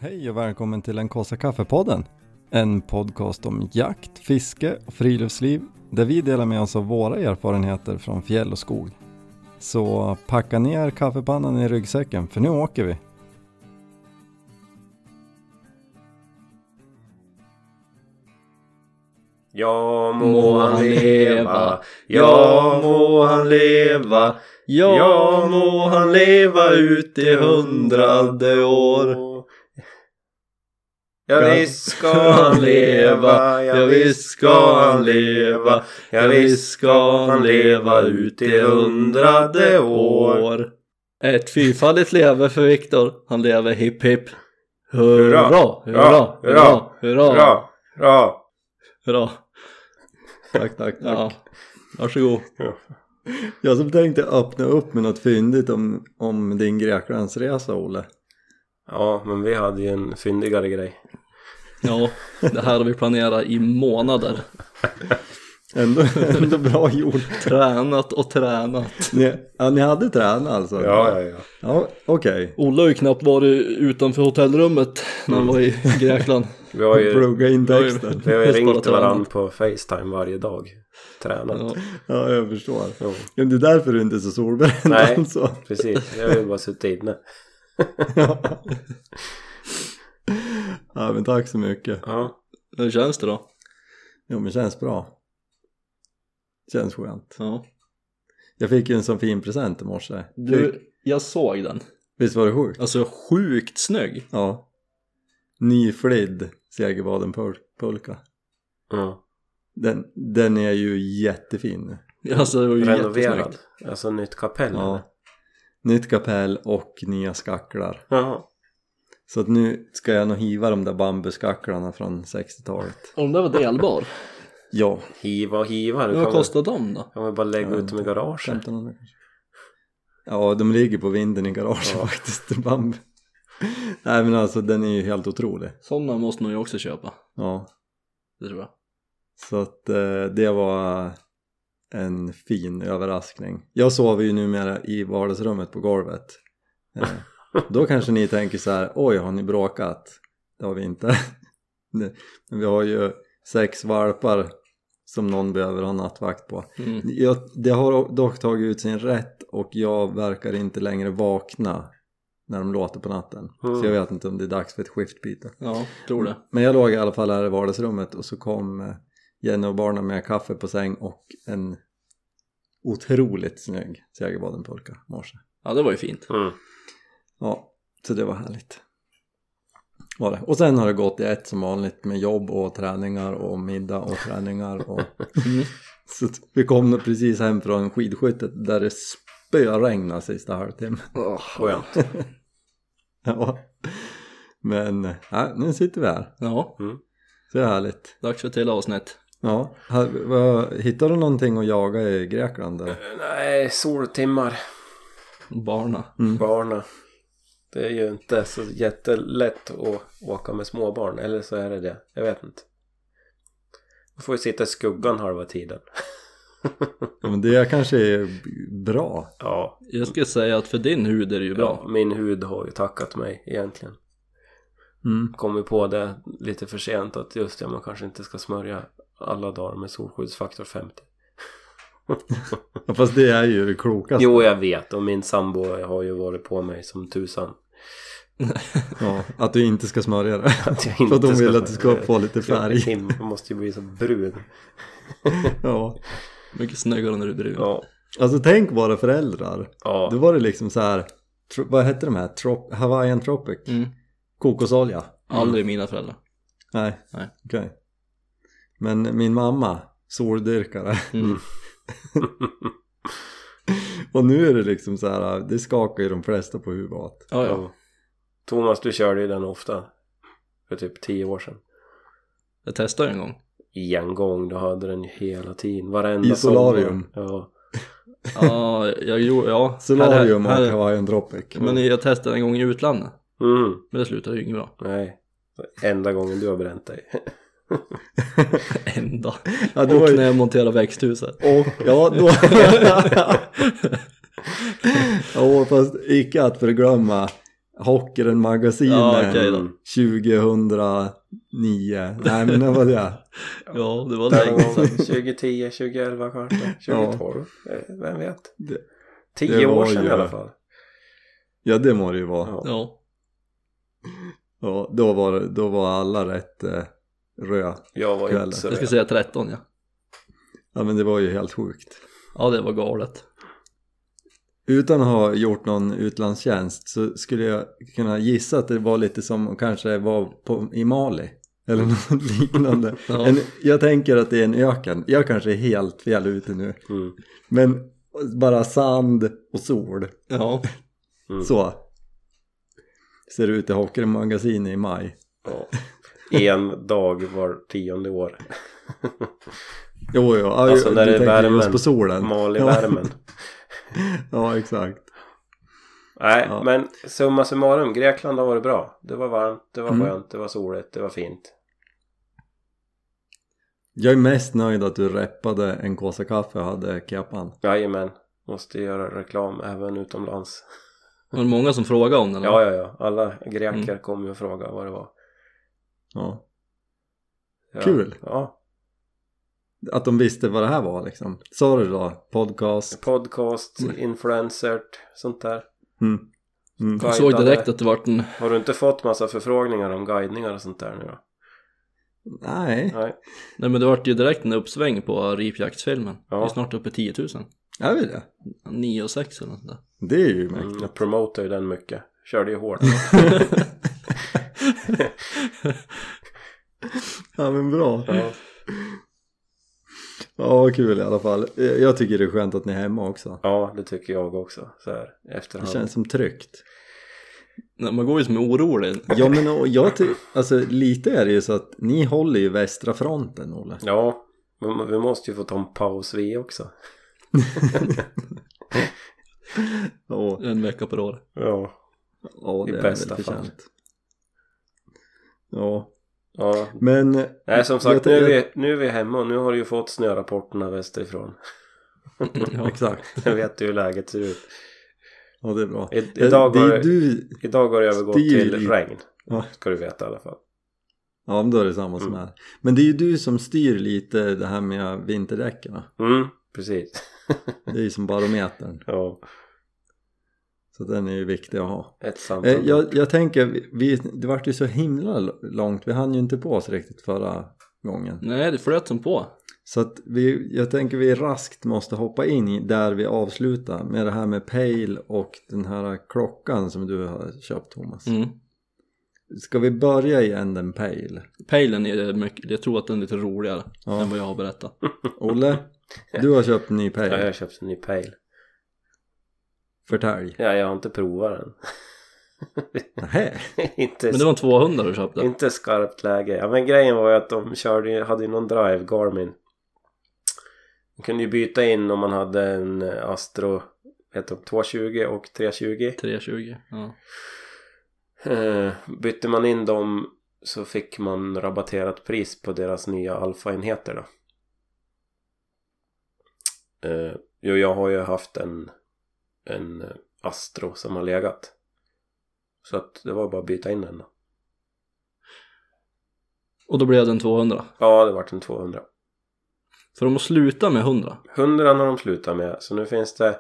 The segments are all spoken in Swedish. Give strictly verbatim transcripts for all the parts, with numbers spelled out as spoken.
Hej och välkommen till den Kåsa Kaffepodden. En podcast om jakt, fiske och friluftsliv där vi delar med oss av våra erfarenheter från fjäll och skog. Så packa ner kaffepannan i ryggsäcken för nu åker vi. Ja må han leva, ja må han leva, ja må han leva ut i hundrade år. Ja visst ska han leva, ja visst ska han leva, ja visst ska han leva ut i hundrade år. Ett fyrfaldigt leve för Viktor, han lever hipp hipp. Hurra, hurra, hurra, hurra, hurra, hurra. Hurra. Tack, tack, tack. Ja, varsågod. Ja. Jag som tänkte öppna upp med något fyndigt om, om din Greklandsresa, Olle. Ja, men vi hade ju en fyndigare grej. Ja, det här har vi planerat i månader. Ändå, ändå bra gjort. Tränat och tränat. Ni, ja, ni hade tränat alltså? Ja, ja, ja. Ja, okej. Okay. Olle har ju knappt varit utanför hotellrummet när han var i Grekland. Vi har ju, plugga in texten. Vi har ju ringt varandra på FaceTime varje dag. Tränat. Ja, ja jag förstår. Ja. Men det är därför du inte är så solbränd. Nej, alltså. Precis. Jag har ju bara suttit inne. Ja. Ja, men tack så mycket. Ja. hur känns det då? Jo, men känns bra. Känns skönt. Ja. Jag fick ju en sån fin present i morse. Du, jag såg den. Visst var det sjukt? Alltså sjukt snygg. Ja. Nyflidd Segerbaden-pulka. Ja. Den, den är ju jättefin. Alltså det var ju Renoverad. jättesnyggt. Alltså nytt kapell. Ja. Nytt kapell och nya skacklar. Ja. Så att nu ska jag nog hiva de där bambuskacklarna från sextiotalet. Och de där var delbar. Ja. Hiva och hiva. Du Vad kan kostar de då? Kan vi bara lägga Ja, ut dem i garaget? femtonhundra kanske. Ja, de ligger på vinden i garaget Ja. faktiskt. Bambu. Nej, men alltså den är ju helt otrolig. Sådana måste man ju också köpa. Ja. Det tror jag. Så att eh, det var en fin överraskning. Jag sover ju numera i vardagsrummet på golvet. Eh, då kanske ni tänker så här: oj, har ni bråkat? Det har vi inte. Men vi har ju sex valpar som någon behöver ha nattvakt på. Mm. Jag, det har dock tagit ut sin rätt och jag verkar inte längre vakna när de låter på natten. Mm. Så jag vet inte om det är dags för ett skiftbyte. Ja, tror det. Men jag låg i alla fall här i vardagsrummet och så kom eh, Jenny och barnen med kaffe på säng och en otroligt snygg Segerbaden-pulka morse. Ja, det var ju fint. Mm. Ja, så det var härligt. Var det. Och sen har det gått i ett som vanligt med jobb och träningar och middag och träningar. Och Mm. så vi kom nog precis hem från skidskyttet där det spöregnade sista halvtimmen. Oh, Skönt. Ja. Men ja, nu sitter vi här. ja, Mm. Så det är härligt. dags för ett till avsnitt. Ja, här, vad, hittar du någonting att jaga i Grekland där? Nej, soltimmar. Barna. Mm. Barna. Det är ju inte så jättelätt att åka med småbarn. Eller så är det det. Jag vet inte. Man får ju sitta i skuggan halva tiden. Ja, men det kanske är bra. Ja. Jag skulle säga att för din hud är det ju bra. Ja, min hud har ju tackat mig egentligen. Mm. Kom ju på det lite för sent att just ja, man kanske inte ska smörja alla dagar med solskyddsfaktor femtio. Ja, fast det är ju det klokaste. Jo, jag vet. Och min sambo har ju varit på mig som tusan. Ja, att du inte ska smörja det. Att jag För inte att de vill ska att du ska få lite färg. Jag måste ju bli så brun. Ja. Mycket snyggare när du är brun. Ja. Alltså tänk bara föräldrar. Ja. Då var det liksom så här, tro, vad hette de här? Trop, Hawaiian Tropic. Mm. Kokosolja. Aldrig mina föräldrar. Nej, Nej. okej. Okay. Men min mamma, soldyrkare. Mm. Och nu är det liksom så här, det skakar ju de flesta på huvudet. Ja, ja. Ja. Thomas, du körde ju den ofta. För typ tio år sedan. Jag testade en gång. En gång, du hade den ju hela tiden. Varenda I solarium. sommar. Ja. Ja, jag gjorde, ja. Solarium Här- och här- Hawaiian Tropic. Men jag testade en gång i utlandet. Mm. Men det slutade ju inget bra. Nej. Enda gången du har bränt dig. Enda. Ja, det Och var ju... när jag monterade växthuset. Och, ja, då... Ja, fast icke att förglömma Hockeren-magasinet Ja, okej då. tjugohundranio. Nej, men det var det. Ja, det var Där länge någon gång sedan. tjugohio, tjugoelva kanske. tjugotolv. Eh, Vem vet? Det, Tio det år var sedan ju- i alla fall. ja, det må det ju vara. Ja. Ja. Ja, då var, det- då var alla rätt eh, röda. Jag var ju Kvällen. inte så Jag ska rädd. säga tretton, ja. Ja, men det var ju helt sjukt. Ja, det var galet. Utan att ha gjort någon utlandstjänst så skulle jag kunna gissa att det var lite som att kanske var på, i Mali eller något liknande. Ja. En, jag tänker att det är en öken. Jag kanske är helt fel ute nu. Mm. Men bara sand och sol. Ja. Mm. Så ser det ut i Hockey-magasinet i maj. Ja. En dag var tionde år. Jo, jo. Alltså du när det är tänker värmen. just på solen. Mali-värmen. Ja, exakt. Nej, Ja. men summa summarum, Grekland har varit bra. Det var varmt, det var Mm. skönt, det var soligt, det var fint. Jag är mest nöjd att du reppade en kåsa kaffe och hade kepan. Jajamän, måste göra reklam även utomlands. Var det många som frågade om den? Ja, ja, ja. Alla greker Mm. kom ju och frågade vad det var. Ja. Ja. Kul. Ja, Att de visste vad det här var liksom. Sa du då? Podcast? podcast, influencer, sånt där. Mm. Mm. Jag såg direkt att det var en... Har du inte fått massa förfrågningar om guidningar och sånt där nu då? Nej. Nej. Nej, men det var ju direkt en uppsväng på ripjaktsfilmen. Ja. Vi är snart uppe i tio tusen. Jag vet det. nio och sex eller något sånt där. Det är ju mäktigt. Mm, jag promotar ju den mycket. Körde ju hårt. Ja, men bra. Ja. Ja, kul i alla fall. Jag tycker det är skönt att ni är hemma också. Ja, det tycker jag också. Så här, Det efterhand. känns som tryggt. Nej, man går ju som är orolig. Ja, men och jag ty- alltså lite är det ju så att ni håller ju västra fronten, Olle. Ja, men vi måste ju få ta en paus vi också. Ja, En vecka per år. Ja. ja I det är bästa väl fall. förtjänt. Ja, Ja. men... Nej, som sagt, jag- nu är, jag- vi, nu är vi hemma och nu har du ju fått snörapporterna västerifrån. Ja. Exakt. Jag vet ju hur läget ser ut. Ja, det är bra. I, idag, det går, är du... idag går det övergått styr till i- regn. Ja. Ska du veta i alla fall. Ja, men då är det samma som Mm. här. Men det är ju du som styr lite det här med vinterdäcken. Mm, precis. Det är ju som barometern. Ja, Så den är ju viktig att ha. ett samtal. Eh, jag, jag tänker, vi- vi, det vart ju så himla långt. Vi hann ju inte på oss riktigt förra gången. Nej, det flöt som på. Så att vi, jag tänker vi raskt måste hoppa in i där vi avslutar med det här med Pale och den här klockan som du har köpt, Thomas. Mm. Ska vi börja i änden Pale? Pejlen är mycket, jag tror att den är lite roligare Ja. än vad jag har berättat. Olle, du har köpt en ny Ja, jag Pale. har köpt en ny pejl. Förtälj. Ja, jag har inte provat den. Nähä. inte, Men det var en tvåhundra du köpte. inte skarpt läge. Ja, men grejen var ju att de körde, ju- hade ju någon drive, Garmin. Man kunde ju byta in om man hade en Astro vet du, tvåhundratjugo och trehundratjugo. trehundratjugo, ja. Eh, bytte man in dem så fick man rabatterat pris på deras nya alfa-enheter då. Eh, jo, jag har ju haft en en Astro som har legat. Så att det var bara att byta in den då. Och då blev den tvåhundra. Ja, det vart en tvåhundra. För de måste sluta med hundra. hundra när de slutar med. Så nu finns det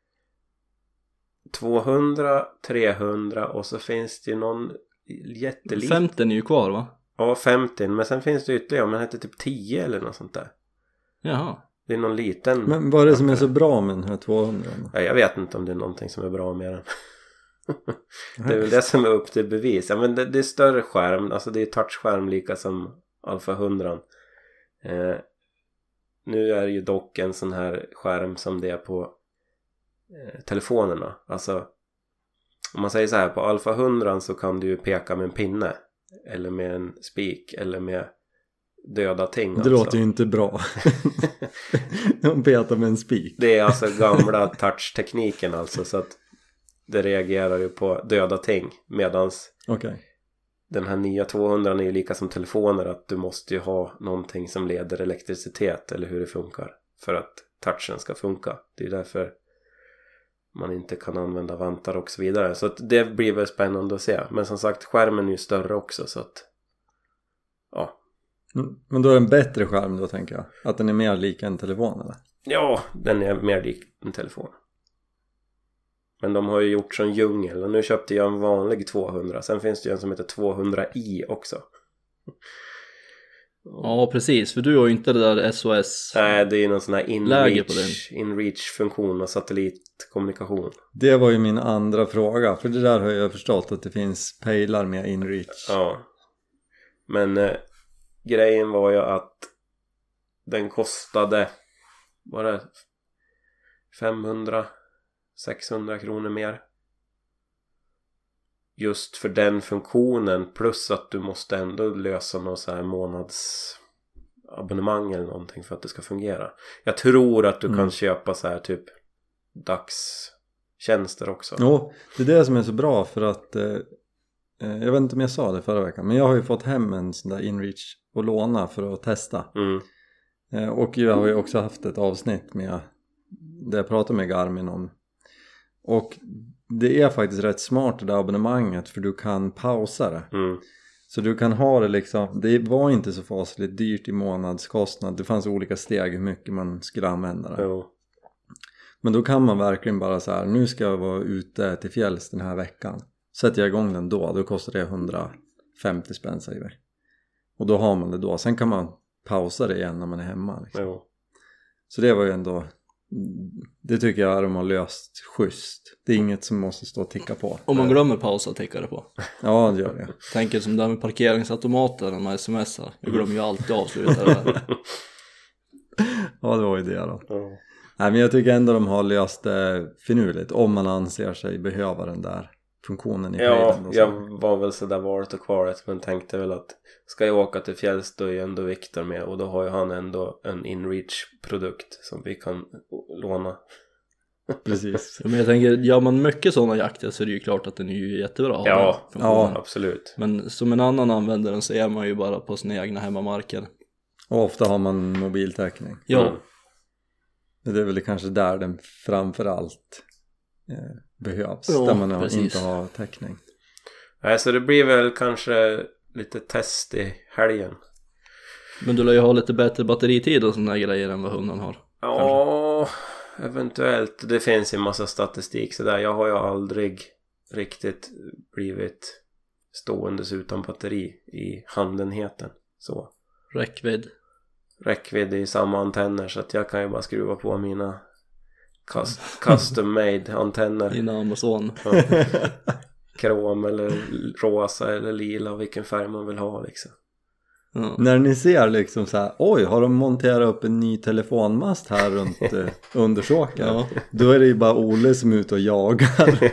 tvåhundra, trehundra och så finns det ju någon jätteliten. femtio är ju kvar, va? Ja, femtio. Men sen finns det ytterligare. Men heter typ tio eller något sånt där. Jaha. Det är någon liten. Men vad är det som är så bra med den här tvåhundra? Ja, jag vet inte om det är någonting som är bra med den. Det är väl det som är upp till bevis. Ja, men det, det är större skärm. Alltså det är touchskärm lika som Alfa hundra. Eh, nu är det ju dock en sån här skärm som det är på eh, telefonerna. Alltså om man säger så här, på Alfa hundra så kan du ju peka med en pinne. Eller med en spik. Eller med döda ting. Det alltså. låter ju inte bra. De petar med en spik. Det är alltså gamla touchtekniken alltså. Så att det reagerar ju på döda ting. Medans Okej. den här nya tvåhundra är ju lika som telefoner. Att du måste ju ha någonting som leder elektricitet. Eller hur det funkar. För att touchen ska funka. Det är därför man inte kan använda vantar och så vidare. Så att det blir väl spännande att se. Men som sagt, skärmen är ju större också, så att ja. Mm, men då är det en bättre skärm då, tänker jag. Att den är mer lik en telefon, eller? Ja, den är mer lik en telefon. Men de har ju gjort sån djungel. Och nu köpte jag en vanlig tvåhundra. Sen finns det ju en som heter tvåhundra i också. Ja, precis. För du har ju inte det där S O S. Nej, det är ju någon sån här Läge på inreach, inreach-funktion och satellitkommunikation. Det var ju min andra fråga. För det där har jag förstått att det finns pejlar med inreach. Ja. Men eh, grejen var ju att den kostade bara femhundra sexhundra kronor mer. Just för den funktionen, plus att du måste ändå lösa någon så här månadsabonnemang eller någonting för att det ska fungera. Jag tror att du mm. kan köpa så här typ dagstjänster också. Jo, det är det som är så bra, för att eh, jag vet inte om jag sa det förra veckan, men jag har ju fått hem en sån där inreach och låna för att testa. Mm. Eh, och jag har ju också haft ett avsnitt med där jag pratar med Garmin om. Och det är faktiskt rätt smart det där abonnemanget, för du kan pausa det. Mm. Så du kan ha det liksom, det var inte så fasligt dyrt i månadskostnad. Det fanns olika steg hur mycket man skulle använda det. Jo. Men då kan man verkligen bara så här, nu ska jag vara ute till fjälls den här veckan. Sätter jag igång den då, då kostar det hundrafemtio spänn säger vi. Och då har man det då. Sen kan man pausa det igen när man är hemma. Liksom. Jo. Så det var ju ändå, det tycker jag de har löst schysst. Det är inget som måste stå och ticka på. Om man glömmer pausa tickar det på. Ja, det gör det. Tänker som där med parkeringsautomater när man smsar. Jag glömmer ju alltid avsluta det där. Ja, det var ju det då. Ja. Nej, men jag tycker ändå de har löst det finurligt, om man anser sig behöva den där funktionen i Ja, pejlen. jag var väl så där varit och kvaret, men tänkte väl att ska jag åka till fjälls då är ju ändå Viktor med, och då har ju han ändå en InReach-produkt som vi kan låna. Precis. Ja, men jag tänker, gör man mycket sådana jakter så är det ju klart att den är ju jättebra. Ja, ja, absolut. Men som en annan användare så är man ju bara på sina egna hemmamarker. Och ofta har man mobiltäckning. Ja. Mm. Det är väl kanske där den framförallt eh, behövs. Ja, där man har, precis. inte har täckning. Nej, så det blir väl kanske lite test i helgen. Men du lär ju ha lite bättre batteritid och sådana grejer än vad hunden har. Ja, kanske. Eventuellt. Det finns ju en massa statistik så där. Jag har ju aldrig riktigt blivit ståendes utan batteri i handenheten. Så. Räckvidd. Räckvidd i samma antenner, så att jag kan ju bara skruva på mina cust- custom made antenner. Dina Amazon. Ja. Krom eller rosa eller lila, vilken färg man vill ha liksom. Ja. När ni ser liksom så här, oj, har de monterat upp en ny telefonmast här runt eh, Undersåker? Ja. Då är det ju bara Olle som är ute och jagar.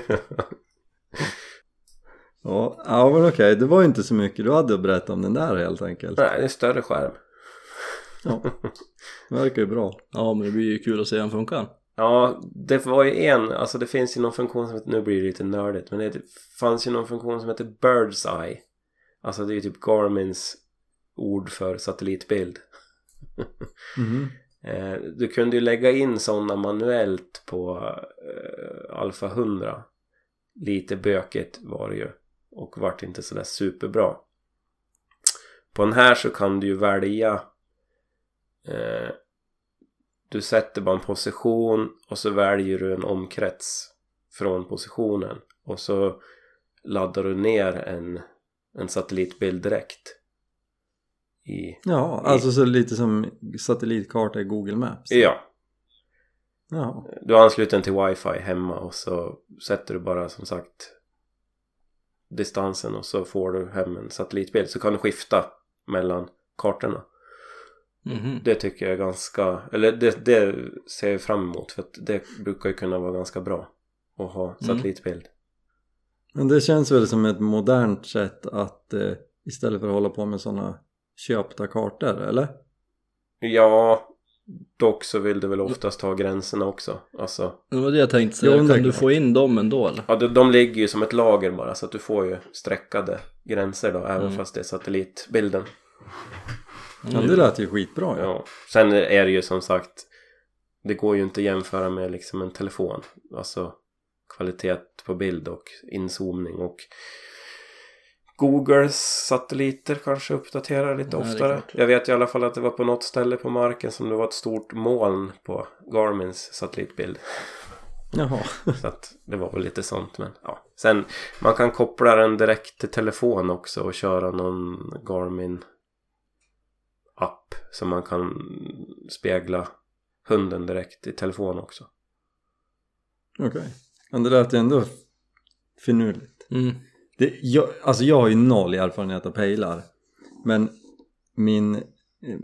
Ja, ja men okej, det var ju inte så mycket du hade att berätta om den där helt enkelt. Nej, det är större skärm. Ja, det verkar ju bra. Ja, men det blir ju kul att se den funkar. Ja, det var ju en, alltså det finns ju någon funktion som heter, nu blir det lite nördigt, men det fanns ju någon funktion som heter Bird's Eye. Alltså det är ju typ Garmins ord för satellitbild. Mm-hmm. eh, du kunde ju lägga in sådana manuellt på eh, Alfa hundra. Lite bökigt var det ju, och vart inte sådär superbra. På den här så kan du ju välja eh, du sätter bara en position och så väljer du en omkrets från positionen, och så laddar du ner en, en satellitbild direkt i, Ja, i, alltså så lite som satellitkarta i Google Maps. ja. Ja. Du ansluter den till wifi hemma och så sätter du bara som sagt distansen och så får du hem en satellitbild, så kan du skifta mellan kartorna. Mm-hmm. Det tycker jag är ganska, eller det, det ser jag fram emot, för att det brukar ju kunna vara ganska bra att ha satellitbild. Mm. Men det känns väl som ett modernt sätt att eh, istället för att hålla på med sådana köpta kartor, eller? Ja, dock så vill du väl oftast ha gränserna också. Alltså, det var det jag tänkte säga. Jo, kan du få in dem ändå eller? Ja, de, de ligger ju som ett lager bara, så att du får ju streckade gränser då, även Mm. fast det är satellitbilden. Ja, det lät ju skitbra. Ja. Ja. Sen är det ju som sagt, det går ju inte att jämföra med liksom en telefon. Alltså kvalitet på bild och inzoomning. Och Googles satelliter kanske uppdaterar lite Nej, oftare. Jag vet i alla fall att det var på något ställe på marken som det var ett stort moln på Garmins satellitbild. Jaha. Så att det var väl lite sånt. Men ja. Sen man kan koppla den direkt till telefon också och köra någon Garmin app så man kan spegla hunden direkt i telefon också. Okej. Okay. Men det lät ju ändå finurligt. Mm. Det, jag, alltså jag har ju noll erfarenhet av pejlar. Men min eh,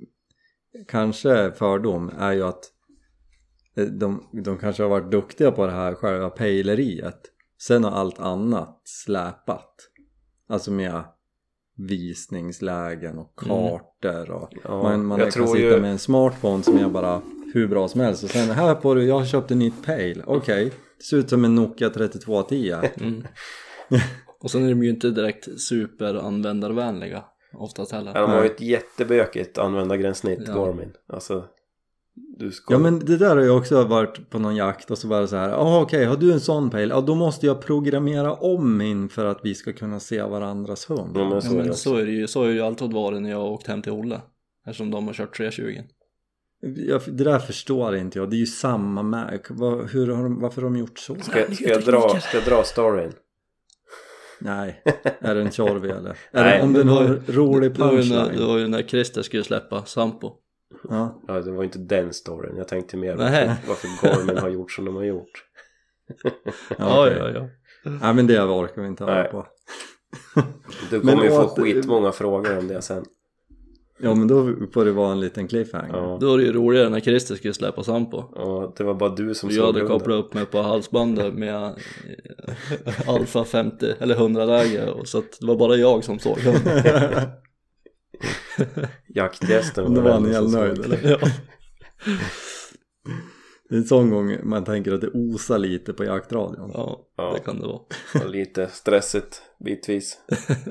kanske fördom är ju att eh, de, de kanske har varit duktiga på det här själva pejleriet. Sen har allt annat släpat. Alltså med visningslägen och kartor och Ja, man, man jag kan tror sitta ju... med en smartphone som är bara hur bra som helst och sen här på du, jag har köpt en nytt pejl. Okej, okay. Det ser ut som en Nokia trettiotvå tio. Mm. Och sen är de ju inte direkt superanvändarvänliga oftast heller. Ja, de har ju ett jättebökigt användargränssnitt, ja. Garmin. Alltså, du ska... Ja, men det där har jag också varit på någon jakt och så var det så här, ja okej, okay, har du en sån pejl? Ja, då måste jag programmera om min för att vi ska kunna se varandras hund. Ja, men så, ja, är, men det så är det ju, så är det ju alltid varit när jag har åkt hem till Olle. Eftersom de har kört trehundratjugo. Jag, det där förstår inte jag, det är ju samma märk. Var, hur har de, varför har de gjort så? Ska, ska, jag, dra, ska jag dra storyn? Nej, är den tjorvig eller? Är Nej, det, om den har rolig punchline? Det var ju när Christer skulle släppa Sampo. Ja. Ja, det var inte den storyn. Jag tänkte mer varför, varför Garmin har gjort som de har gjort. Ja, okay. ja, ja. Nej, men det orkar vi inte höra på. Du kommer ju få åt... skitmånga frågor om det sen. Ja, men då får det vara en liten cliffhanger. Ja. Då var det ju roligare när Christer skulle släppa Sampo. Ja, det var bara du som såg. Jag hade kopplat upp mig på halsbandet med alfa femtio eller hundra läge. Så att det var bara jag som såg hunden. Jaktgästen var, var han helt nöjd eller? Ja. Det är en sån gång man tänker att det osar lite på jaktradion. Ja, ja. Det kan det vara. Och lite stressigt bitvis.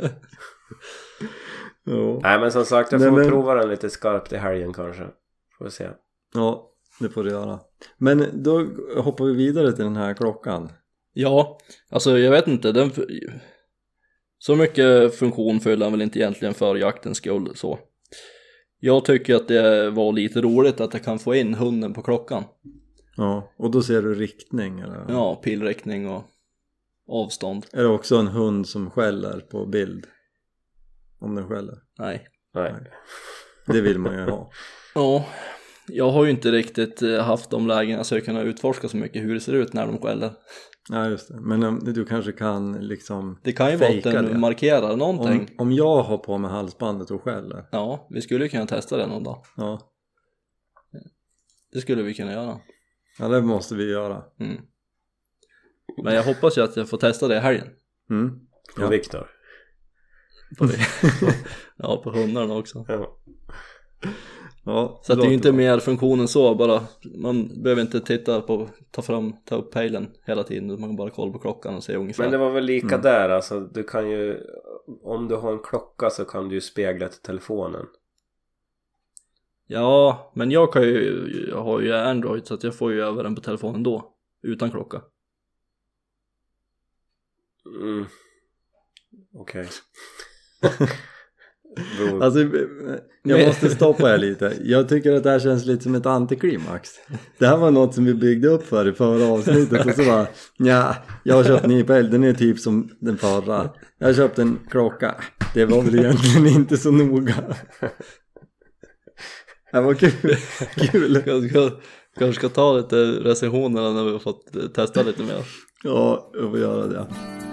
Ja. Nej, men som sagt, jag får men, prova den lite skarpt i helgen kanske. Får vi se. Ja, det får du göra. Men då hoppar vi vidare till den här klockan. Ja, alltså jag vet inte den, så mycket funktion fyller den väl inte egentligen för jaktens skull så. Jag tycker att det var lite roligt att jag kan få in hunden på klockan. Ja, och då ser du riktning eller? Ja, pilriktning och avstånd. Är det också en hund som skäller på bild? Om den skäller? Nej. Nej. Det vill man ju ha. Ja, jag har ju inte riktigt haft de lägena så jag kan utforska så mycket hur det ser ut när de skäller. Ja, just det. Men um, du kanske kan liksom det kan ju vara att den markerar någonting. Om, om jag har på med halsbandet och skäller. Ja, vi skulle ju kunna testa det någon dag. Ja. Det skulle vi kunna göra. Ja, det måste vi göra. Mm. Men jag hoppas ju att jag får testa det i helgen. Mm. På ja. Viktor. På ja, på hundarna också. Ja. Ja, så att det är ju inte bra. Mer funktionen så, bara man behöver inte titta på, ta fram, ta upp pejlen hela tiden, man kan bara kolla på klockan och se ungefär. Men det var väl lika mm. där, alltså du kan ju, om du har en klocka så kan du ju spegla till telefonen. Ja, men jag kan ju, jag har ju Android så att jag får ju över den på telefonen då, utan klocka. Mm. Okej. Okay. Alltså, jag måste stoppa här lite. Jag tycker att det här känns lite som ett antiklimax. Det här var något som vi byggde upp för i förra avsnittet. Och så bara, ja, jag har köpt en ny pejl. Den är typ som den förra. Jag har köpt en klocka. Det var väl egentligen inte så noga. Det var kul. Kul. Kanske, kanske ska ta lite recensioner när vi har fått testa lite mer. Ja, jag får göra det.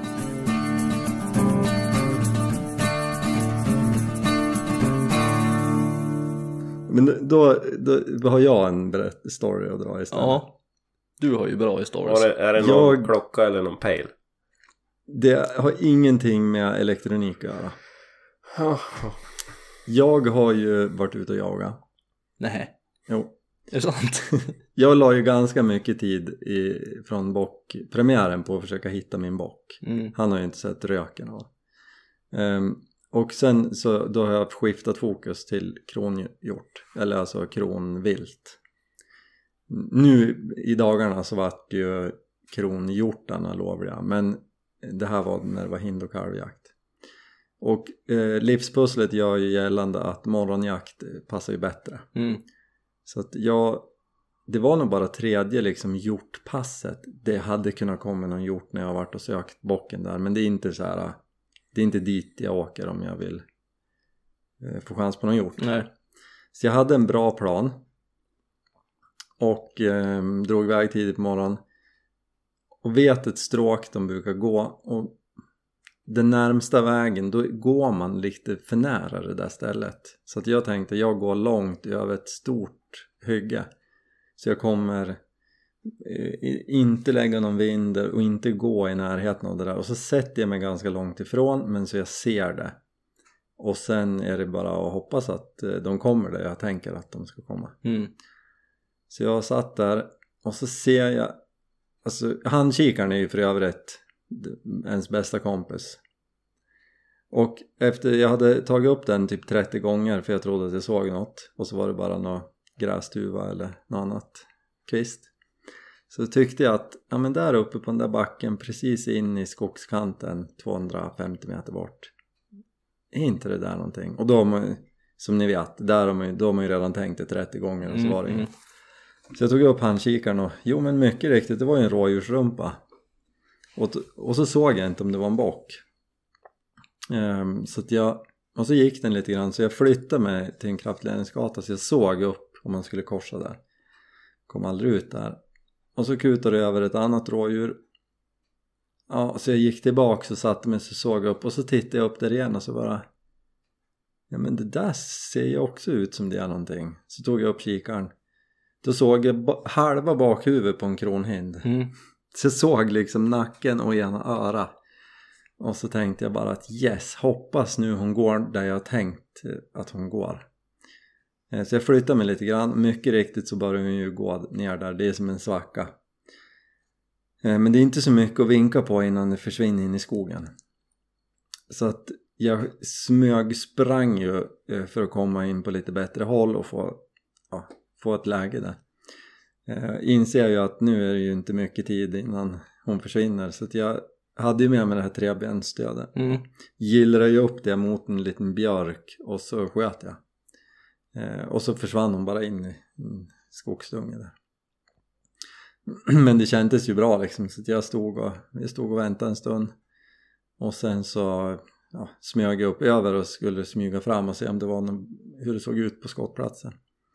Men då, då har jag en berätt story att dra istället. Ja, du har ju bra historier. Är det, är det någon jag, klocka eller någon pejl? Det har ingenting med elektronik att göra. Oh. Jag har ju varit ute och jagat. Nej. Jo. Är det sant? Jag la ju ganska mycket tid i, från bockpremiären på att försöka hitta min bock. Mm. Han har ju inte sett röken av. Um, Och sen så då har jag skiftat fokus till kronhjort, eller alltså kronvilt. Nu i dagarna så vart ju kronhjortarna lovliga, men det här var när det var hind- och kalvjakt. Och eh, livspusslet gör ju gällande att morgonjakt passar ju bättre. Mm. Så att jag, det var nog bara tredje liksom hjortpasset. Det hade kunnat komma någon hjort när jag har varit och sökt bocken där, men det är inte så här, det är inte dit jag åker om jag vill eh, få chans på någon hjort. Nej. Så jag hade en bra plan och eh, drog iväg tidigt på morgonen och vet ett stråk de brukar gå, och den närmsta vägen då går man lite för nära det där stället, så att jag tänkte jag går långt över ett stort hygge, så jag kommer eh, inte lägga någon vind och inte gå i närheten av det där, och så sätter jag mig ganska långt ifrån men så jag ser det, och sen är det bara att hoppas att eh, de kommer där jag tänker att de ska komma. Mm. Så jag satt där och så ser jag, alltså handkikaren är ju för övrigt ens bästa kompis, och efter jag hade tagit upp den typ trettio gånger för jag trodde att jag såg något, och så var det bara någon grästuva eller något annat kvist, så tyckte jag att ja, men där uppe på den där backen precis in i skogskanten tvåhundrafemtio meter bort, är inte det där någonting? Och då har man, som ni vet, där har man, då har man ju redan tänkt det trettio gånger och så var det mm, inget. Så jag tog upp handkikaren och jo men mycket riktigt, det var ju en rådjursrumpa. Och, och så såg jag inte om det var en bock. Um, så att jag, och så gick den lite grann, så jag flyttade mig till en kraftledningsgata, så jag såg upp om man skulle korsa där. Kom aldrig ut där. Och så kutade jag över ett annat rådjur. Ja, så jag gick tillbaka och satte mig, så såg jag upp och så tittade jag upp där igen och så bara, ja men det där ser ju också ut som det är någonting. Så tog jag upp kikaren. Då såg jag ba- halva bakhuvudet på en kronhind. Mm. Så jag såg liksom nacken och ena öra. Och så tänkte jag bara att yes, hoppas nu hon går där jag tänkt att hon går. Så jag flyttade mig lite grann. Mycket riktigt så började hon ju gå ner där. Det är som en svacka. Men det är inte så mycket att vinka på innan det försvinner in i skogen. Så att jag smög sprang ju för att komma in på lite bättre håll och få, ja, få ett läge där. Jag inser ju att nu är det ju inte mycket tid innan hon försvinner, så att jag hade ju med mig det här trebenstödet. Mm. Gillrade ju upp det mot en liten björk och så sköt jag. Och så försvann hon bara in i en skogsdunge där. Men det kändes ju bra liksom, så att jag stod och, jag stod och väntade en stund. Och sen så ja, smög jag upp över och skulle smyga fram och se om det var någon, hur det såg ut på skottplatsen.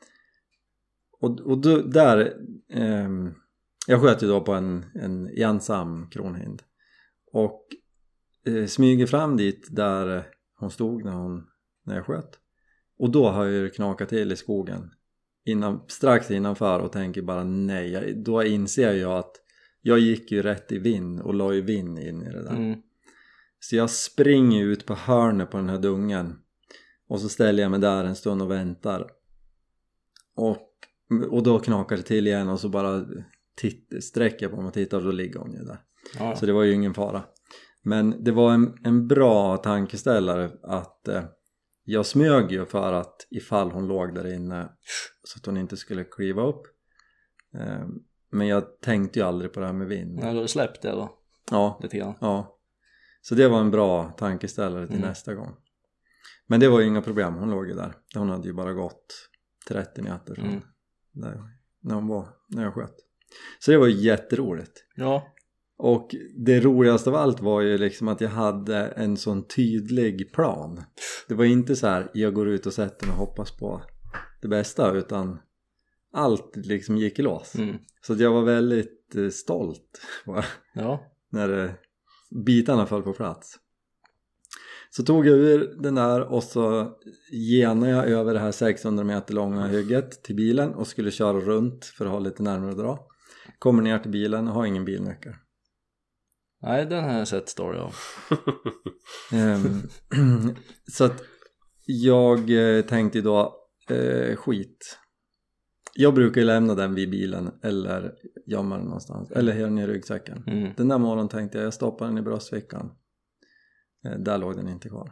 Och, och då, där eh, jag sköt ju då på en, en ensam kronhind och eh, smyger fram dit där hon stod när, hon, när jag sköt, och då har jag ju knakat till i skogen innan, strax innanför, och tänker bara nej, jag, då inser jag att jag gick ju rätt i vind och la ju vind in i det där. Mm. Så jag springer ut på hörnet på den här dungen och så ställer jag mig där en stund och väntar, och Och då knakar det till igen och så bara titt, sträcker jag på mig och tittar och då ligger hon ju där. Ja. Så det var ju ingen fara. Men det var en, en bra tankeställare att eh, jag smög ju för att ifall hon låg där inne så att hon inte skulle kliva upp. Eh, men jag tänkte ju aldrig på det här med vind. Ja, du har släppt det då? Ja, lite grann. ja. Så det var en bra tankeställare till Mm. nästa gång. Men det var ju inga problem, hon låg ju där. Hon hade ju bara gått trettio meter från Mm. där, när hon var, när jag sköt. Så det var ju jätteroligt. Ja. Och det roligaste av allt var ju liksom att jag hade en sån tydlig plan. Det var inte så här, jag går ut och sätter mig och hoppas på det bästa, utan allt liksom gick i lås. Mm. Så att jag var väldigt eh, stolt bara, Ja. när eh, bitarna föll på plats. Så tog jag ur den där och så genade jag över det här sexhundra meter långa hygget till bilen och skulle köra runt för att ha lite närmare att dra. Kommer ner till bilen och har ingen bilnyckel. Nej, den har jag sett story av. um, så att jag eh, tänkte då eh, skit. Jag brukar ju lämna den vid bilen eller gömma den någonstans. Eller här nere i ryggsäcken. Mm. Den där morgonen tänkte jag, jag stoppar den i bröstfickan. Eh, där låg den inte kvar.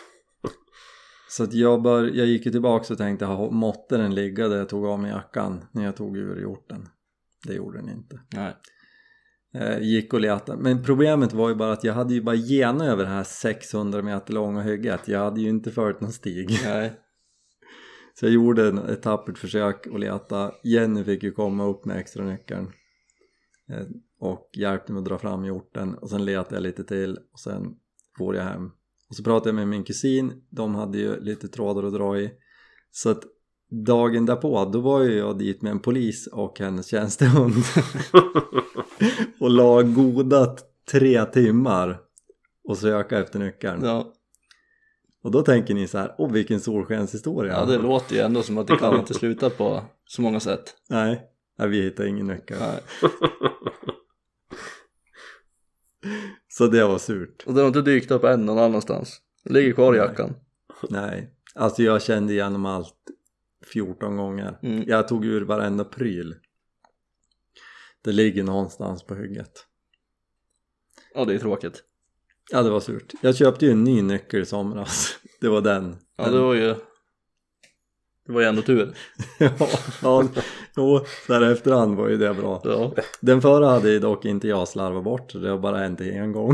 Så att jag, bör, jag gick ju tillbaka och tänkte, ha, måtte den ligga där jag tog av mig jackan när jag tog ur hjorten. Det gjorde den inte. Nej. eh, gick och letade. Men problemet var ju bara att jag hade ju bara gena över det här sexhundra meter långa hygget. Jag hade ju inte följt någon stig. Nej. Så jag gjorde ett tappert försök att leta. Jenny fick ju komma upp med extra nyckeln eh, och hjälpte mig att dra fram hjorten. Och sen letade jag lite till och sen får jag hem. Och så pratade jag med min kusin. De hade ju lite trådar att dra i. Så att dagen därpå, då var ju jag dit med en polis och hennes tjänstehund. Och la goda tre timmar och söka efter nyckeln. Ja. Och då tänker ni så här, åh vilken solskenshistoria. Ja, det låter ju ändå som att det kan inte sluta på så många sätt. Nej, nej vi hittar ingen nyckel. Nej. Så det var surt. Och det har inte dykt upp än någon annanstans. Det ligger kvar i jackan. Nej, alltså jag kände igenom allt fjorton gånger. Mm. Jag tog ur varenda pryl. Det ligger någonstans på hygget. Ja, det är tråkigt. Ja, det var surt. Jag köpte ju en ny nyckel i somras. Det var den. Ja, den. det var ju... Det var ju ändå tur. ja, ja, jo, där efterhand var ju det bra. Ja. Den förra hade ju dock inte jag slarvat bort. Det var bara hänt en gång.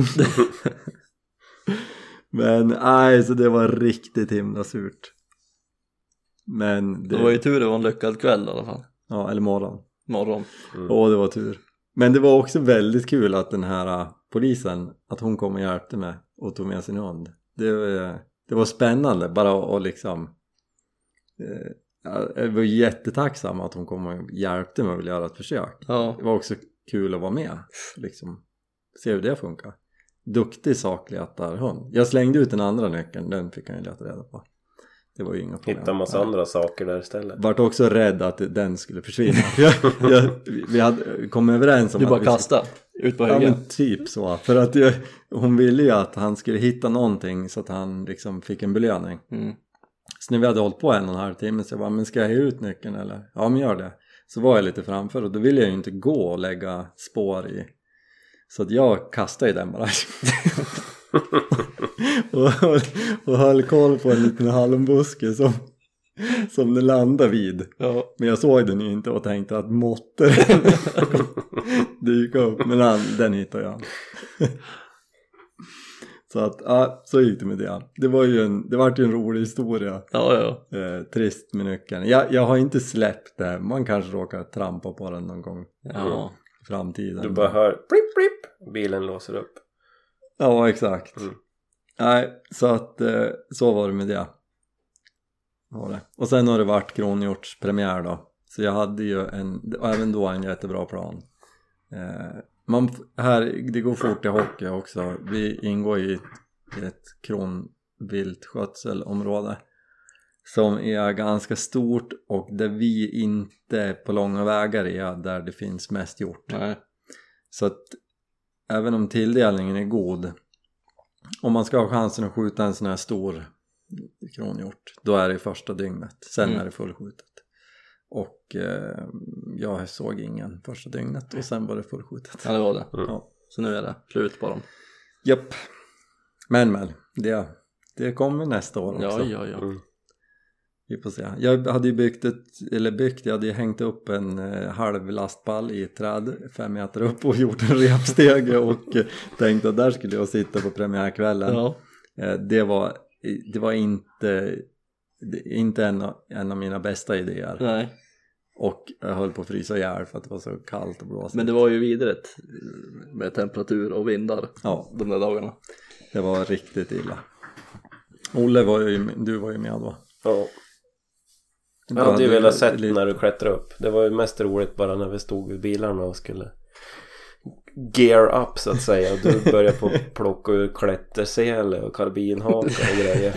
Men nej, så det var riktigt himla surt. Men det, Det var ju tur det var en lyckad kväll i alla fall. Ja, eller morgon. Morgon. Mm. Åh, det var tur. Men det var också väldigt kul att den här uh, polisen, att hon kom och hjälpte mig och tog med sin hund. Det, uh, det var spännande bara att liksom uh, jag var jättetacksam att hon kom och hjälpte mig att göra ett försök. Ja. Det var också kul att vara med liksom, se hur det funkar. Duktig sakletarhund. Jag slängde ut den andra nyckeln, den fick han ju leta reda på. Det var ju inga problem. Hitta en massa andra saker där istället. Vart också rädd att den skulle försvinna. jag, jag, vi hade kommit överens om Du att bara vi kasta ut på Ja, högen. men typ så. För att jag, hon ville ju att han skulle hitta någonting så att han liksom fick en belöning. Mm. Så när vi hade hållit på en och en halv timme så jag bara, men ska jag ge ut nyckeln eller? Ja, men gör det. Så var jag lite framför och då ville jag ju inte gå och lägga spår i. Så att jag kastade ju den bara. och, och, och höll koll på en liten hallonbuske som, som den landade vid. Ja. Men jag såg den ju inte och tänkte att måtte dyka upp. Men han, den hittade jag. Så att, ja, så gick det med det. Det var ju en, det var ju en rolig historia. Ja, ja. Eh, trist med nyckeln. Jag, jag har inte släppt det. Man kanske råkar trampa på den någon gång. Ja. I framtiden. Du bara hör blip blip, bilen låser upp. Ja, exakt. Mm. Nej, så att eh, så var det med det. Var det. Och sen har det varit Kronhjorts premiär då. Så jag hade ju en, även då en jättebra plan. Eh, man, här, det går fort i hockey också. Vi ingår i ett kronviltskötselområde som är ganska stort och där vi inte på långa vägar är där det finns mest hjort. Nej. Så att även om tilldelningen är god, om man ska ha chansen att skjuta en sån här stor kronhjort, då är det första dygnet. Sen Mm. är det fullskjutet. Och eh, jag såg ingen första dygnet och sen var det fullskjutet. Ja, det var det. Mm. Ja. Så nu är det slut på dem. Japp. Men men, det, det kommer nästa år också. Ja, ja, ja. Mm. Vi får se. Jag hade ju byggt ett, eller byggt, jag hade ju hängt upp en eh, halv lastpall i ett träd fem meter upp och gjort en repstege och eh, tänkte att där skulle jag sitta på premiärkvällen. Ja. Eh, det var, det var inte, det, inte en, av- en av mina bästa idéer. Nej. Och jag höll på att frysa ihjäl för att det var så kallt och blåsigt. Men det var ju vidrigt med temperatur och vindar Ja, de där dagarna. det var riktigt illa. Olle var ju, du var ju med då. Ja. Du Jag hade ju velat sett lite- när du klättrade upp. Det var ju mest roligt bara när vi stod vid bilarna och skulle gear up så att säga. Och du började på att plocka ur klättersele och karbinhaka och grejer.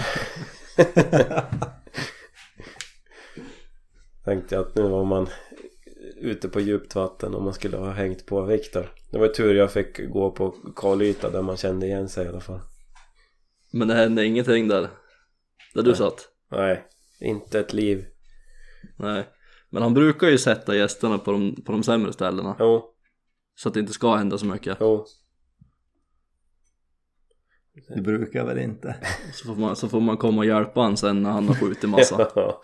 Tänkte jag att nu var man ute på djupt vatten och man skulle ha hängt på Viktor. Det var tur jag fick gå på kalyta där man kände igen sig i alla fall. Men det hände ingenting där. Där du Nej. satt. Nej, inte ett liv. Nej. Men han brukar ju sätta gästerna på de, på de sämre ställena. Jo, Så att det inte ska hända så mycket. jo. Det brukar väl inte. Så får man, så får man komma och hjälpa han sen när han har skjutit massa. Ja.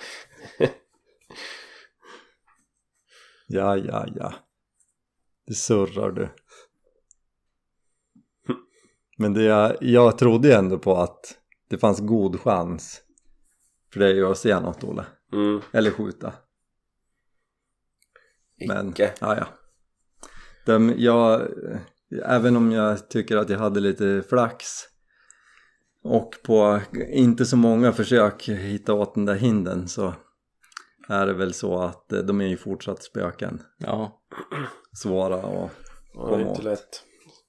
Ja, ja, ja. Det surrar du. Men det, jag, jag trodde ju ändå på att det fanns god chans för det är ju att se något, Olle. Mm. Eller skjuta. Men, Icke. ja ja. De, jag, även om jag tycker att jag hade lite flax och på inte så många försök hitta åt den där hinden, så är det väl så att de är ju fortsatt spöken. Ja. Svåra och Ja, det är inte lätt.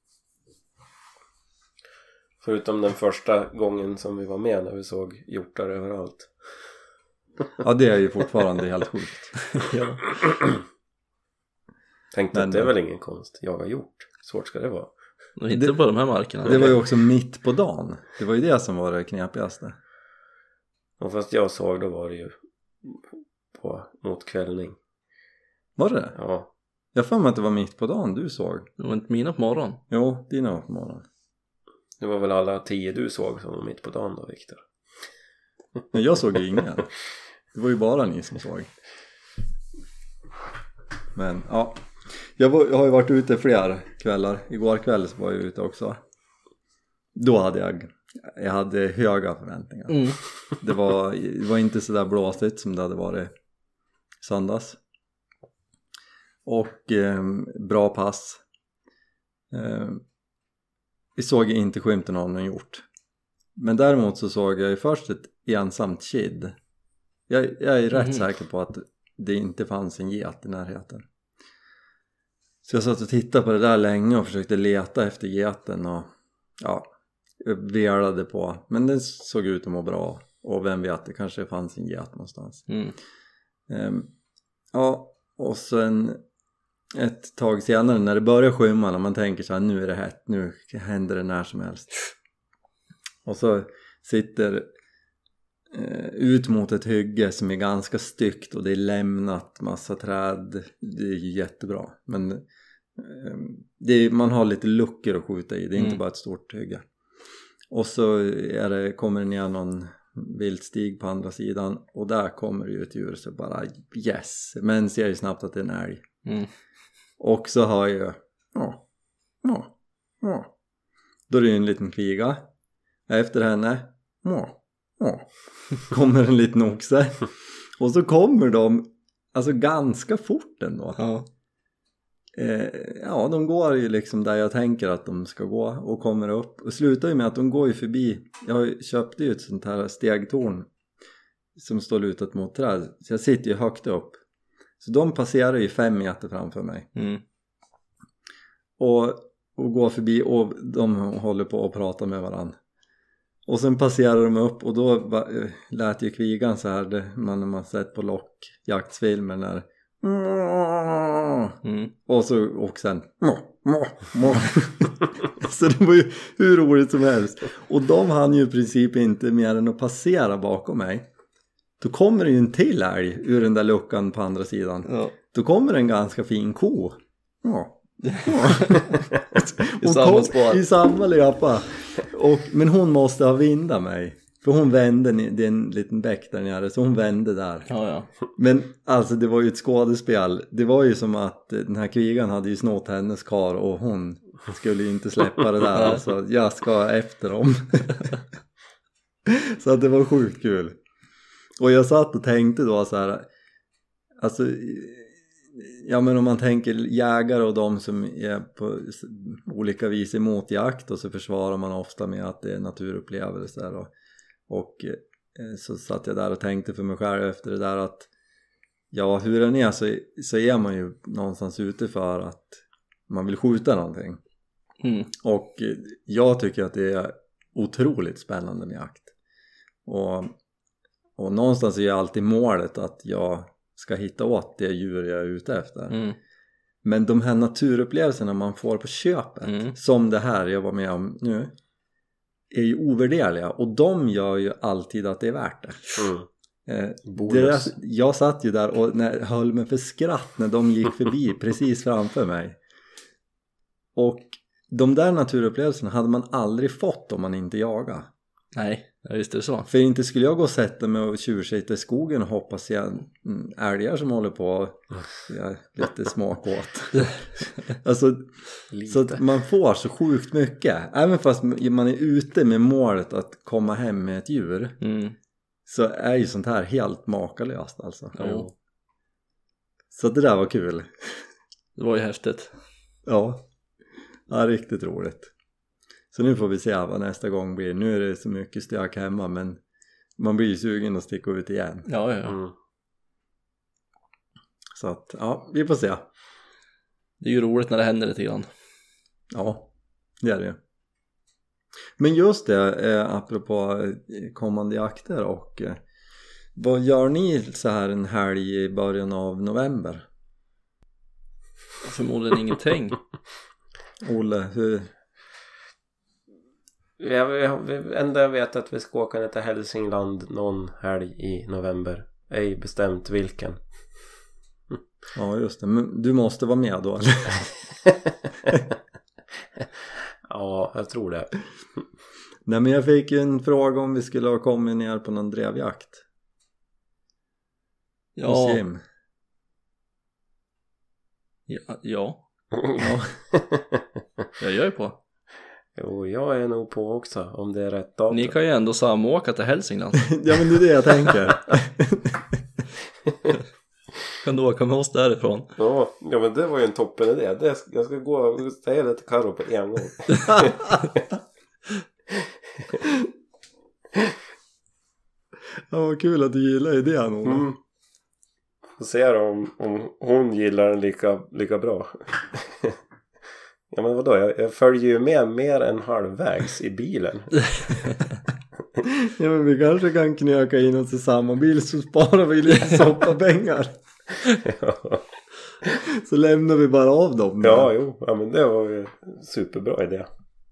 Förutom den första gången som vi var med när vi såg hjortar överallt. Ja, det är ju fortfarande helt sjukt. Ja. Tänkte Men, att det är väl ingen konst. Jag har gjort. Svårt ska det vara. Och inte Det- på de här markerna. Det var ju också mitt på dagen. Det var ju det som var det knepigaste. Och fast jag såg, då var det ju på, mot kvällning. Var det? Ja. Jag får mig att det var mitt på dagen du såg. Det var inte mina på morgonen. Jo, dina var på morgonen. Det var väl alla tio du såg som var mitt på dagen då, Viktor. Men jag såg ju ingen. Det var ju bara ni som såg. Men ja, jag, var, jag har ju varit ute flera kvällar. Igår kväll så var jag ute också. Då hade jag Jag hade höga förväntningar. Mm. Det var, det var inte så där blåsigt som det hade varit söndags. Och eh, bra pass. Eh, vi såg inte skymten av någon hjort. Men däremot så såg jag ju först ett ensamt kid. Jag, jag är rätt Mm. säker på att det inte fanns en get i närheten. Så jag satt och tittade på det där länge och försökte leta efter geten och ja, velade på. Men den såg ut att må bra. Och vem vet, det kanske fanns en get någonstans. Mm. Um, ja, och sen ett tag senare när det börjar skymma, när man tänker så här, nu är det hett, nu händer det när som helst. Och så sitter eh, ut mot ett hygge som är ganska styggt och det är lämnat massa träd. Det är ju jättebra, men eh, det är, man har lite luckor att skjuta i, det är inte Mm. bara ett stort hygge. Och så är det, kommer det ner någon viltstig på andra sidan och där kommer ju ett djur, så bara yes, men ser ju snabbt att det är en älg. Mm. Och så har jag ja, ja, ja. Då är det ju en liten kviga. Efter henne ja, ja. kommer en liten oxe. Och så kommer de alltså ganska fort ändå. Ja. Eh, ja, de går ju liksom där jag tänker att de ska gå och kommer upp. Och slutar ju med att de går ju förbi. Jag köpte ju ett sånt här stegtorn som står lutat mot träd. Så jag sitter ju högt upp. Så de passerar ju fem meter framför mig. Mm. Och, och går förbi och de håller på att prata med varandra. Och sen passerar de upp och då va, lät ju kvigan så här. Det, man har sett på lockjaktsfilmer när Mm. och så och sen må, må, må. Så det var ju hur roligt som helst. Och de hann ju i princip inte mer än att passera bakom mig. Då kommer det ju en till älg ur den där luckan på andra sidan. Ja. Då kommer en ganska fin ko. Ja. I samma spår. I samma löpa. Och, men hon måste ha vindat mig. För hon vände, det är en liten bäck där nere, så hon vände där. Ja, ja. Men alltså det var ju ett skådespel. Det var ju som att den här krigan hade ju snått hennes kar och hon skulle ju inte släppa det där. Alltså jag ska efter dem. Så att det var sjukt kul. Och jag satt och tänkte då så här. Alltså, ja men om man tänker jägare och de som är på olika vis emot jakt, och så försvarar man ofta med att det är naturupplevelser och, och så satt jag där och tänkte för mig själv efter det där att ja, hur den är så, så är man ju någonstans ute för att man vill skjuta någonting. Mm. Och jag tycker att det är otroligt spännande med jakt. Och, och någonstans är ju alltid målet att jag ska hitta åt det djur jag är ute efter. Mm. Men de här naturupplevelserna man får på köpet, Mm. som det här jag var med om nu, är ju ovärderliga. Och de gör ju alltid att det är värt det. Mm. Eh, Bonus. deras, jag satt ju där och när, höll mig för skratt när de gick förbi precis framför mig. Och de där naturupplevelserna hade man aldrig fått om man inte jagade. Nej. Ja, just det så. För inte skulle jag gå och sätta mig och tjursitta i skogen och hoppas igen älgar som håller på jag är lite smakåt. Alltså, så att man får så sjukt mycket. Även fast man är ute med målet att komma hem med ett djur Mm. så är ju sånt här helt makalöst alltså. Jo. Så det där var kul. Det var ju häftigt. Ja, ja riktigt roligt. Så nu får vi se vad nästa gång blir. Nu är det så mycket stök hemma men man blir ju sugen att sticka ut igen. Ja, ja. Mm. Så att, ja, vi får se. Det är ju roligt när det händer lite grann. Ja, det är det ju. Men just det, eh, apropå eh, kommande jakter och eh, vad gör ni så här en helg i början av november? Förmodligen ingenting. Olle, hur? Jag, jag, enda jag vet att vi ska åka ner till Hälsingland någon helg i november. Ej bestämt vilken. Ja just det, men du måste vara med då eller? Ja, jag tror det. Nej men jag fick ju en fråga om vi skulle ha kommit ner på någon drevjakt. Ja. Jim. Ja. Ja. Ja. Jag gör ju på. Jo, jag är nog på också om det är rätt datum. Ni kan ju ändå samåka till Hälsingland. Ja men det är det jag tänker. Kan du åka med oss därifrån? Ja, ja men det var ju en toppen idé. Det, jag ska gå och säga det till Karo på en gång. Ja vad kul att du gillar idén Olle. Mm. Får se då om, om hon gillar den lika, lika bra. Ja men vadå, jag, jag följer ju med mer än halvvägs i bilen. Ja men vi kanske kan knöka in oss i samma bil så sparar vi lite soppapengar. Ja. Så lämnar vi bara av dem. Ja, jo, ja men det var ju superbra idé.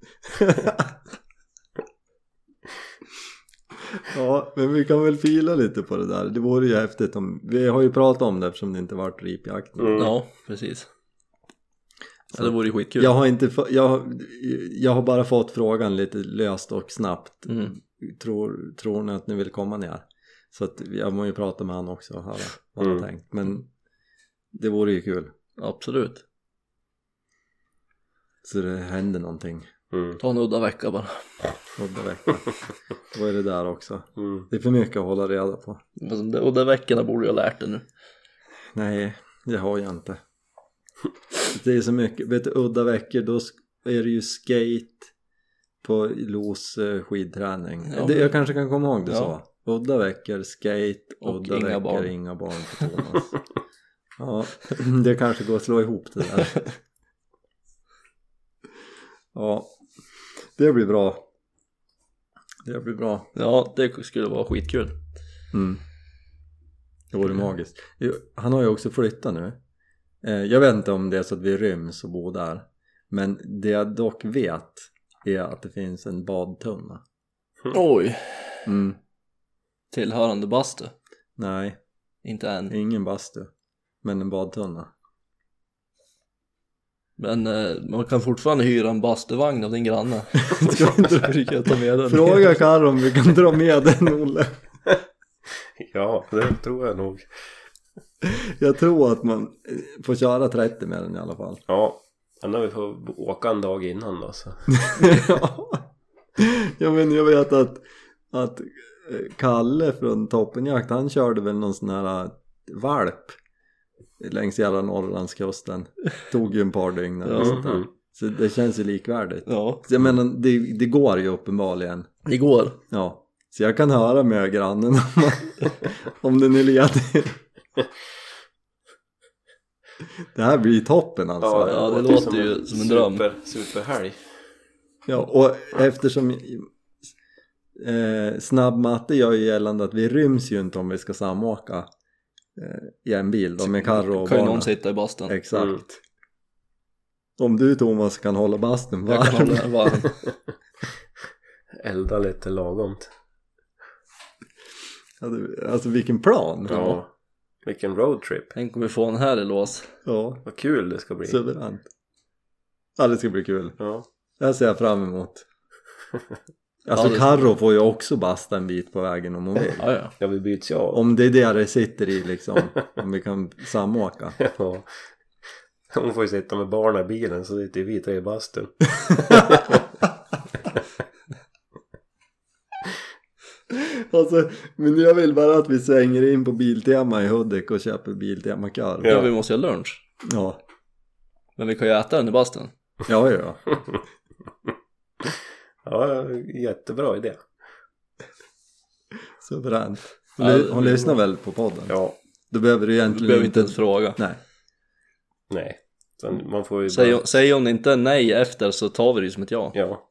Ja, men vi kan väl fila lite på det där. Det vore ju häftigt om, vi har ju pratat om det eftersom det inte varit ripjakt. Mm. Ja, precis. Ja, det vore ju skitkul. Jag har inte få, jag, jag har bara fått frågan lite löst och snabbt. Mm. Tror, tror ni att ni vill komma ner? Så att jag må ju prata med han också och höra vad han Mm. har tänkt. Men det vore ju kul. Absolut. Så det händer någonting. Mm. Ta en udda vecka bara. Udda vecka. Vad är det där också? Mm. Det är för mycket att hålla reda på. Men de udda veckorna borde jag ha lärt det nu. Nej, det har jag inte. Det är så mycket. Vet du, udda veckor då är det ju skate på Los eh, skidträning. Ja. Det, jag kanske kan komma ihåg det Ja. så. Udda veckor, skate, Och udda inga veckor, barn. inga barn på Thomas. Ja, det kanske går att slå ihop det där. Ja, det blir bra. Det blir bra. Ja, det skulle vara skitkul. Mm. Det vore magiskt. Jo, han har ju också flyttat nu. Eh, jag vet inte om det är så att vi ryms och bor där. Men det jag dock vet är att det finns en badtunna. Oj. Mm. Tillhörande bastu. Nej, Inte än. ingen bastu. Men en badtunna. Men eh, man kan fortfarande hyra en bastuvagn av din granne. Ska vi inte försöka ta med den? Fråga Karl om vi kan dra med den, Olle. Ja, det tror jag nog. Jag tror att man får köra trettio med den i alla fall. Ja, när vi får åka en dag innan då så. Ja. Ja men jag vet att, att Kalle från Toppenjakt, han körde väl någon sån här valp längs hela Norrlandskusten. Tog ju en par dygn eller Ja. sånt där. Så det känns ju likvärdigt. Ja, Så jag menar, det, det går ju uppenbarligen. det går. Ja. Så jag kan höra med grannen om, om den är ledig. Det här blir toppen alltså. Ja, det låter ju som en dröm. Super, superhelg. Ja, och eftersom eh, snabbmatte gör ju gällande att vi ryms ju inte om vi ska samåka eh, i en bil då, med Karro och Kan ju barnen. någon sitta i bastun. Exakt. Mm. Om du Thomas kan hålla bastun Jag kan varm. hålla den varm. Elda lite lagomt. Ja, det- alltså vilken plan. Ja. Vilken roadtrip. Tänk om vi får en här i lås. Ja, Vad kul det ska bli. suveränt. Ja, det ska bli kul. Ja. Det här ser jag fram emot. Alltså Ja, det- Karro får ju också basta en bit på vägen om hon vill. Ja, ja. Ja, vi byts ju av. Om det är det det sitter i liksom. Om vi kan samåka. Ja. Hon får ju sitta med barnen i bilen, så sitter vi tre i bastun. Alltså, men jag vill bara att vi svänger in på Biltema i Hudik och köper Biltema-kör. Ja, vi måste ju ha lunch. Ja, Men vi kan ju äta den i bastun. ja, ja. Ja, jättebra idé. Suveränt. Hon, Ja, ly- hon det- lyssnar väl på podden? Ja, Då behöver du Du egentligen behöver inte ens fråga. Nej. nej. Så man får ju Säger bara... hon, säger hon inte nej efter så tar vi det som ett ja. Ja.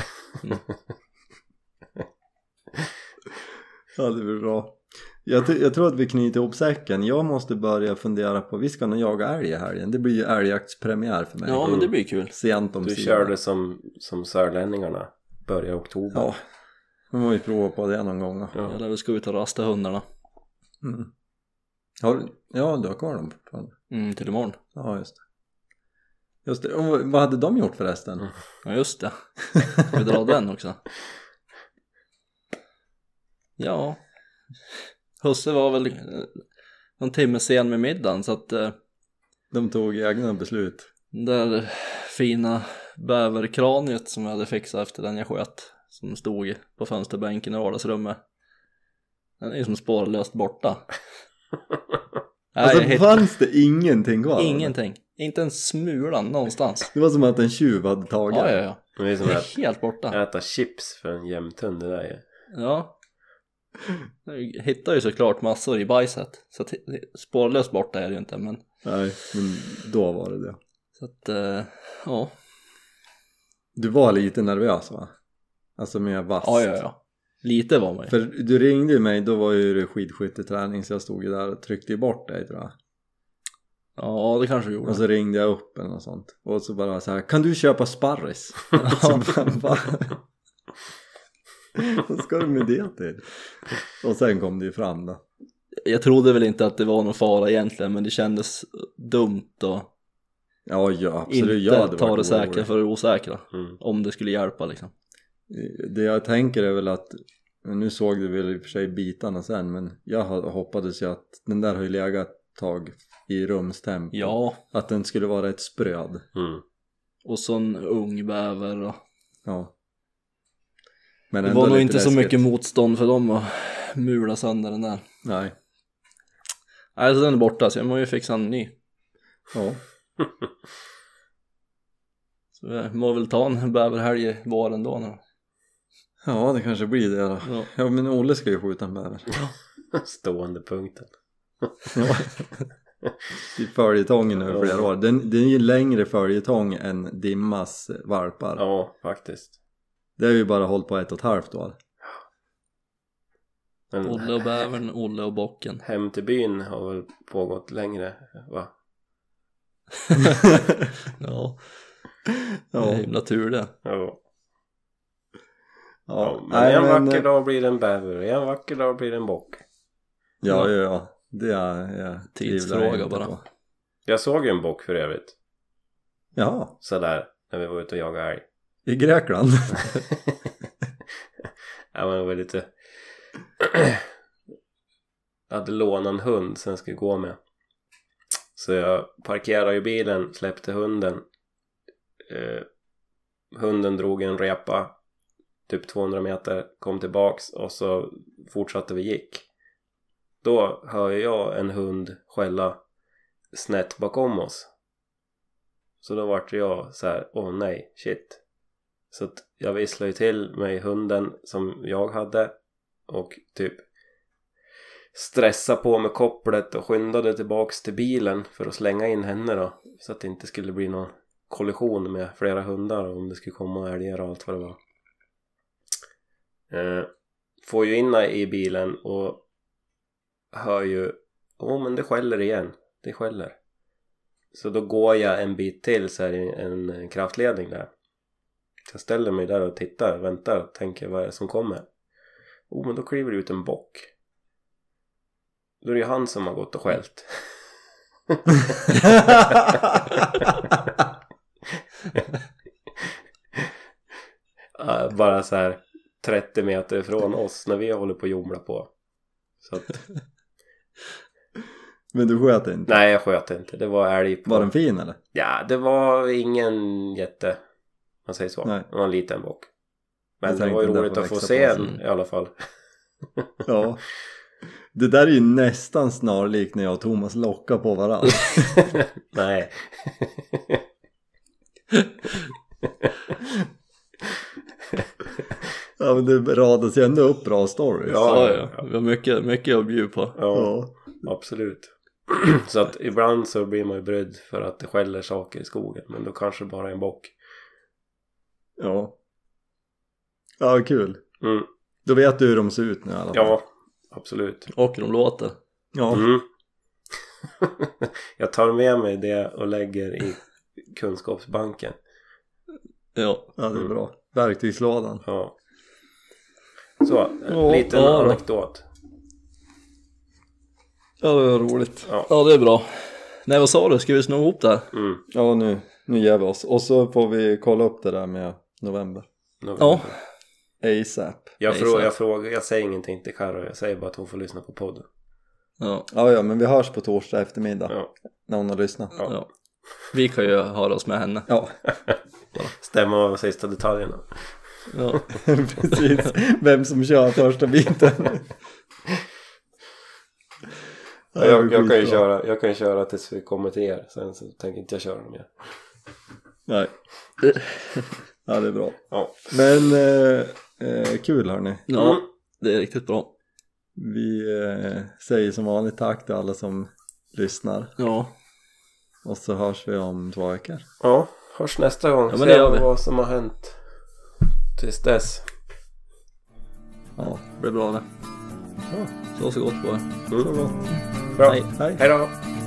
Ja, det blir bra. Jag, t- jag tror att vi knyter ihop säcken. Jag måste börja fundera på, vi ska nog jaga älg i helgen. Det blir ju älgjaktspremiär för mig. Ja, men det blir kul. Sent om Du sidan. körde som, som sörlänningarna. Börjar i oktober. Ja, vi må ju prova på det någon gång. Då. Ja. Eller vi ska ut och rasta hundarna. Mm. Har, du- ja, du har kvar dem fortfarande. Mm, till imorgon. Ja, just det. Just det. Och vad- vad hade de gjort förresten? Mm. Ja, just det. Ska vi dra den också? Ja. Husse var väl eh, någon timme sen med middagen, så att eh, De tog egna beslut. det där fina bäverkraniet som jag hade fixat efter den jag sköt, som stod på fönsterbänken i vardagsrummet, den är ju som spårlöst borta. Nej, Alltså helt, fanns det ingenting kvar? ingenting. Inte en smula någonstans. Det var som att en tjuv hade tagit. Ja, ja, ja. Det är som Det att är helt borta. äta chips för en jämthund, det där är. Ja. Jag hittar ju såklart massor i bajset. Så att, spårlöst borta är det ju inte, men Nej, men då var det det. så att, eh, ja. Du var lite nervös, va? Alltså med vass. Ja, ja, ja. Lite var man ju. För du ringde ju mig, då var ju det skidskytteträning, så jag stod ju där och tryckte ju bort dig, tror jag. Ja, det kanske vi gjorde. Och så ringde jag upp eller något sånt. Och så bara så här: kan du köpa sparris? Så bara, va? Vad ska du med det till? Och sen kom det ju fram då. Jag trodde väl inte att det var någon fara egentligen, men det kändes dumt och Ja, ja, absolut. inte Jag hade ta varit det säkra orolig. för det osäkra. Mm. Om det skulle hjälpa liksom. Det jag tänker är väl att, nu såg du väl i och för sig bitarna sen, men jag hoppades ju att den där har ju legat ett tag i rumstemp. Ja, Att den skulle vara ett spröd. Mm. och så en ung bäver och Ja. Men det ändå var nog lite inte så läskigt. mycket motstånd för dem att mula sönder den där. Nej. Nej, så den är borta, så jag må ju fixa en ny. Ja. Så jag må väl ta en bäverhelg i våren då nu. Ja, det kanske blir det då. Ja. Ja, men Olle ska ju skjuta en bäver. Stående punkten. Ja. I följetongen över flera år. Den, den är ju längre följetong än Dimmas valpar. Ja, faktiskt. Det har ju bara hållit på ett och ett halvt år. Men Olle och bävern, Olle och bocken. hem till byn har väl pågått längre, va? Ja, det Ja. är himla tur det. Ja. Ja, Men nej, en men, vacker dag blir det en bäver, en vacker dag blir det en bock. Ja, ja, ja. Det är jag Tidsfråga tvivlar inte bara. på. Jag såg ju en bock för övrigt. Ja, Sådär, när vi var ute och jagade älg. i Grekland. Ja, men det var lite... Jag hade lånat en hund sen skulle gå med. Så jag parkerade i bilen, släppte hunden. Eh, hunden drog en repa typ tvåhundra meter, kom tillbaks och så fortsatte vi gick. Då hör jag en hund skälla snett bakom oss. Så då vart jag så här: åh nej, shit. Så att jag visslade ju till mig hunden som jag hade och typ stressa på med kopplet och skyndade tillbaks till bilen för att slänga in henne då, så att det inte skulle bli någon kollision med flera hundar om det skulle komma älgar och allt vad det var. Eh, får ju in i bilen och hör ju, åh men det skäller igen, det skäller. Så då går jag en bit till, så är det en kraftledning där. Så jag ställer mig där och tittar, väntar och tänker vad är det som kommer. Oh, men då kliver det ut en bock. Då är det ju han som har gått och skällt. Bara så här trettio meter ifrån oss när vi håller på att jomla på. Så att... Men du sköt inte? Nej, jag sköt inte. Det var älg på... Var den fin eller? Ja, det var ingen jätte... Man säger så. Nej. Det var en liten bock. Men Jag det var ju tänkte roligt den att får få växa se på en sig. i alla fall. Ja. Det där är ju nästan snarlikt när jag och Thomas lockar på varandra. Nej. Ja, men det radas ju ändå upp bra stories. Ja, Ja, ja. Vi har mycket, mycket att bjuda på. Ja, absolut. Så att ibland så blir man ju brydd för att det skäller saker i skogen. Men då kanske bara en bock. Ja. Ja, kul. Mm. Då vet du hur de ser ut nu i alla fall. Ja, absolut. Och de låter. Ja. Mm. Jag tar med mig det och lägger i kunskapsbanken. Ja. Ja, det är bra. Verktygslådan. Ja. Så, en Ja, liten ja, anekdot. Ja, det var roligt. Ja. Ja, det är bra. Nej, vad sa du? Ska vi snå ihop där? Mm. Ja, nu, nu ger vi oss. Och så får vi kolla upp det där med november. Ja. ASAP. Jag, Nej, frå- så. jag frågar, jag säger ingenting till Karo. Jag säger bara att hon får lyssna på podden. Ja. Ja, ja, men vi hörs på torsdag eftermiddag. Ja. När hon har lyssnat. Ja. Ja. Vi kan ju höra oss med henne. Ja, Stämma av sista detaljerna. Ja. precis. Vem som kör första biten. Ja, jag, jag, kan ju skitbra. köra, jag kan ju köra tills vi kommer till er. Sen så tänker inte jag köra mer. Nej. Ja, det är bra. Ja. Men eh, eh, kul hörni. Ja, Mm. det är riktigt bra. Vi eh, säger som vanligt tack till alla som lyssnar. Ja. Och så hörs vi om två veckor. Ja, hörs nästa gång. Ja, men Se det gör vi. vad som har hänt tills dess. Ja, Det blir bra det. ja. Så så gott på er. Mm. Så gott. Bra. Hej. Hej. Hej då.